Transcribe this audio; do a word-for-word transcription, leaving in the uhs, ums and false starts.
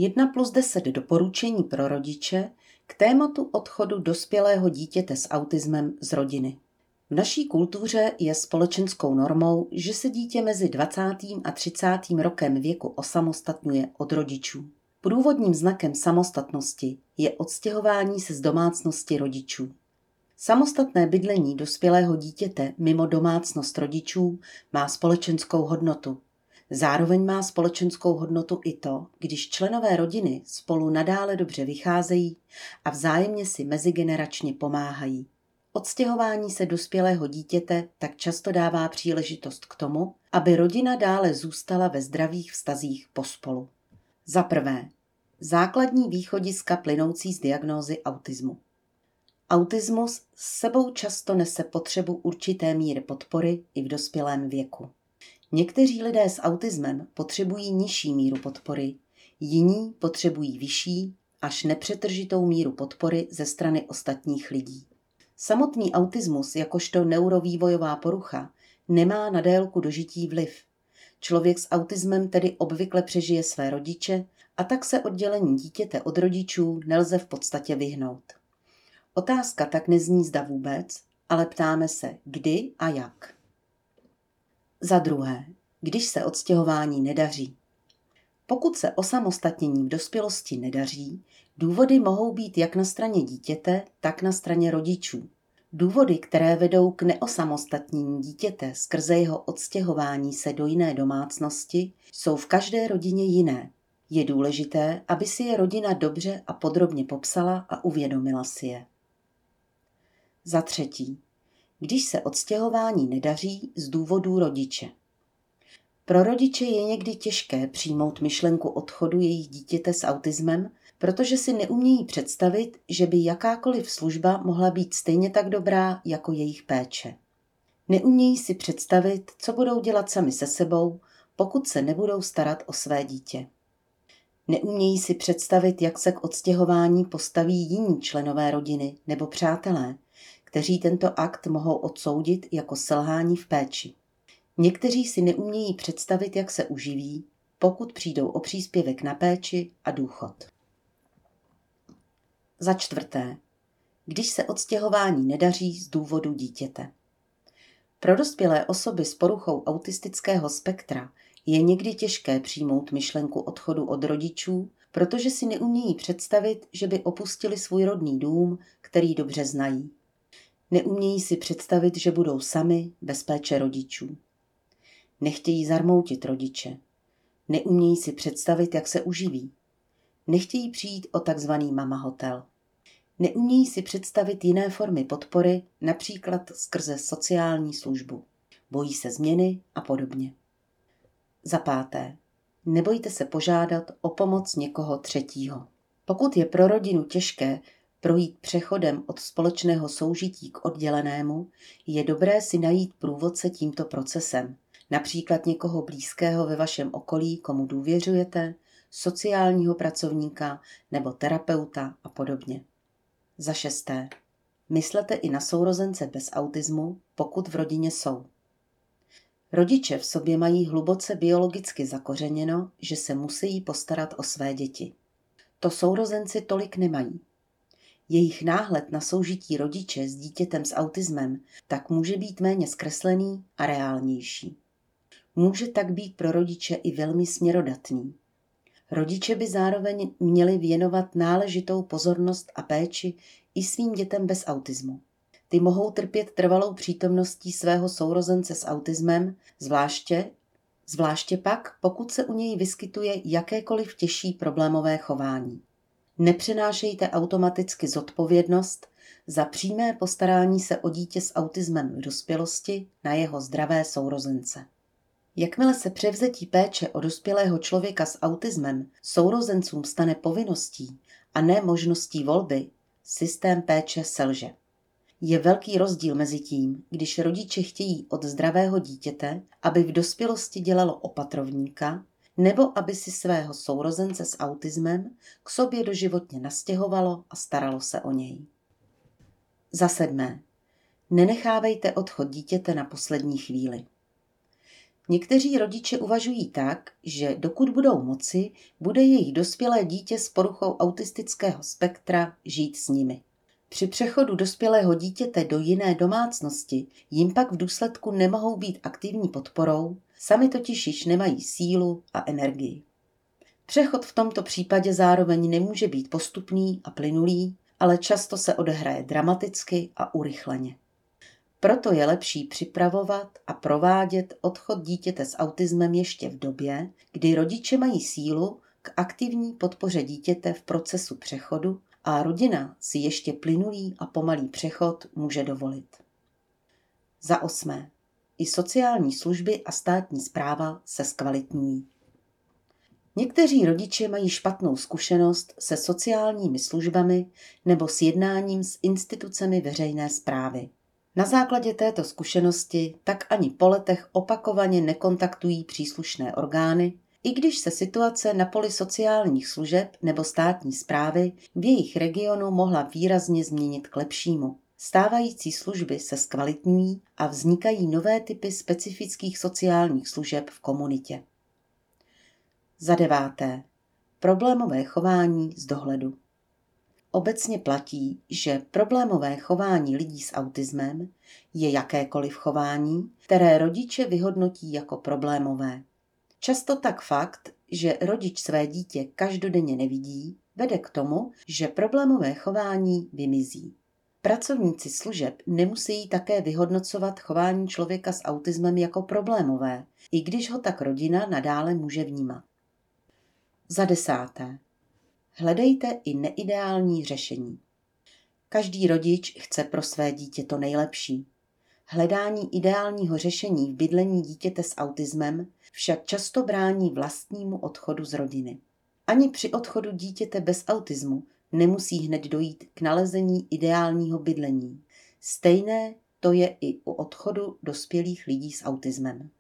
jedna plus deset doporučení pro rodiče k tématu odchodu dospělého dítěte s autismem z rodiny. V naší kultuře je společenskou normou, že se dítě mezi dvacátým a třicátým rokem věku osamostatňuje od rodičů. Průvodním znakem samostatnosti je odstěhování se z domácnosti rodičů. Samostatné bydlení dospělého dítěte mimo domácnost rodičů má společenskou hodnotu. Zároveň má společenskou hodnotu i to, když členové rodiny spolu nadále dobře vycházejí a vzájemně si mezigeneračně pomáhají. Odstěhování se dospělého dítěte tak často dává příležitost k tomu, aby rodina dále zůstala ve zdravých vztazích pospolu. Za prvé, základní východiska plynoucí z diagnózy autismu. Autismus s sebou často nese potřebu určité míry podpory i v dospělém věku. Někteří lidé s autismem potřebují nižší míru podpory, jiní potřebují vyšší až nepřetržitou míru podpory ze strany ostatních lidí. Samotný autismus jakožto neurovývojová porucha nemá na délku dožití vliv. Člověk s autismem tedy obvykle přežije své rodiče a tak se oddělení dítěte od rodičů nelze v podstatě vyhnout. Otázka tak nezní zda vůbec, ale ptáme se kdy a jak. Za druhé, když se odstěhování nedaří. Pokud se osamostatnění v dospělosti nedaří, důvody mohou být jak na straně dítěte, tak na straně rodičů. Důvody, které vedou k neosamostatnění dítěte skrze jeho odstěhování se do jiné domácnosti, jsou v každé rodině jiné. Je důležité, aby si je rodina dobře a podrobně popsala a uvědomila si je. Za třetí, když se odstěhování nedaří z důvodů rodiče. Pro rodiče je někdy těžké přijmout myšlenku odchodu jejich dítěte s autismem, protože si neumějí představit, že by jakákoliv služba mohla být stejně tak dobrá jako jejich péče. Neumějí si představit, co budou dělat sami se sebou, pokud se nebudou starat o své dítě. Neumějí si představit, jak se k odstěhování postaví jiní členové rodiny nebo přátelé, kteří tento akt mohou odsoudit jako selhání v péči. Někteří si neumějí představit, jak se uživí, pokud přijdou o příspěvek na péči a důchod. Za čtvrté, když se odstěhování nedaří z důvodu dítěte. Pro dospělé osoby s poruchou autistického spektra je někdy těžké přijmout myšlenku odchodu od rodičů, protože si neumějí představit, že by opustili svůj rodný dům, který dobře znají. Neumějí si představit, že budou sami bez péče rodičů. Nechtějí zarmoutit rodiče. Neumějí si představit, jak se uživí. Nechtějí přijít o takzvaný mama hotel. Neumějí si představit jiné formy podpory, například skrze sociální službu. Bojí se změny a podobně. Za páté, nebojte se požádat o pomoc někoho třetího. Pokud je pro rodinu těžké projít přechodem od společného soužití k oddělenému, je dobré si najít průvodce tímto procesem, například někoho blízkého ve vašem okolí, komu důvěřujete, sociálního pracovníka nebo terapeuta a podobně. Za šesté, myslete i na sourozence bez autismu, pokud v rodině jsou. Rodiče v sobě mají hluboce biologicky zakořeněno, že se musí postarat o své děti. To sourozenci tolik nemají. Jejich náhled na soužití rodiče s dítětem s autismem tak může být méně zkreslený a reálnější. Může tak být pro rodiče i velmi směrodatný. Rodiče by zároveň měli věnovat náležitou pozornost a péči i svým dětem bez autismu. Ty mohou trpět trvalou přítomností svého sourozence s autismem, zvláště, zvláště pak, pokud se u něj vyskytuje jakékoliv těžší problémové chování. Nepřenášejte automaticky zodpovědnost za přímé postarání se o dítě s autismem v dospělosti na jeho zdravé sourozence. Jakmile se převzetí péče o dospělého člověka s autismem sourozencům stane povinností a ne možností volby, systém péče selže. Je velký rozdíl mezi tím, když rodiče chtějí od zdravého dítěte, aby v dospělosti dělalo opatrovníka, nebo aby si svého sourozence s autismem k sobě doživotně nastěhovalo a staralo se o něj. Za sedmé. Nenechávejte odchod dítěte na poslední chvíli. Někteří rodiče uvažují tak, že dokud budou moci, bude jejich dospělé dítě s poruchou autistického spektra žít s nimi. Při přechodu dospělého dítěte do jiné domácnosti jim pak v důsledku nemohou být aktivní podporou, sami totiž již nemají sílu a energii. Přechod v tomto případě zároveň nemůže být postupný a plynulý, ale často se odehraje dramaticky a urychleně. Proto je lepší připravovat a provádět odchod dítěte s autismem ještě v době, kdy rodiče mají sílu k aktivní podpoře dítěte v procesu přechodu a rodina si ještě plynulý a pomalý přechod může dovolit. Za osmé. I sociální služby a státní správa se zkvalitňují. Někteří rodiče mají špatnou zkušenost se sociálními službami nebo s jednáním s institucemi veřejné správy. Na základě této zkušenosti tak ani po letech opakovaně nekontaktují příslušné orgány, i když se situace na poli sociálních služeb nebo státní správy v jejich regionu mohla výrazně změnit k lepšímu. Stávající služby se zkvalitňují a vznikají nové typy specifických sociálních služeb v komunitě. Za deváté. Problémové chování z dohledu. Obecně platí, že problémové chování lidí s autismem je jakékoliv chování, které rodiče vyhodnotí jako problémové. Často tak fakt, že rodič své dítě každodenně nevidí, vede k tomu, že problémové chování vymizí. Pracovníci služeb nemusí také vyhodnocovat chování člověka s autismem jako problémové, i když ho tak rodina nadále může vnímat. Za desáté. Hledejte i neideální řešení. Každý rodič chce pro své dítě to nejlepší. Hledání ideálního řešení v bydlení dítěte s autismem však často brání vlastnímu odchodu z rodiny. Ani při odchodu dítěte bez autismu nemusí hned dojít k nalezení ideálního bydlení. Stejné to je i u odchodu dospělých lidí s autismem.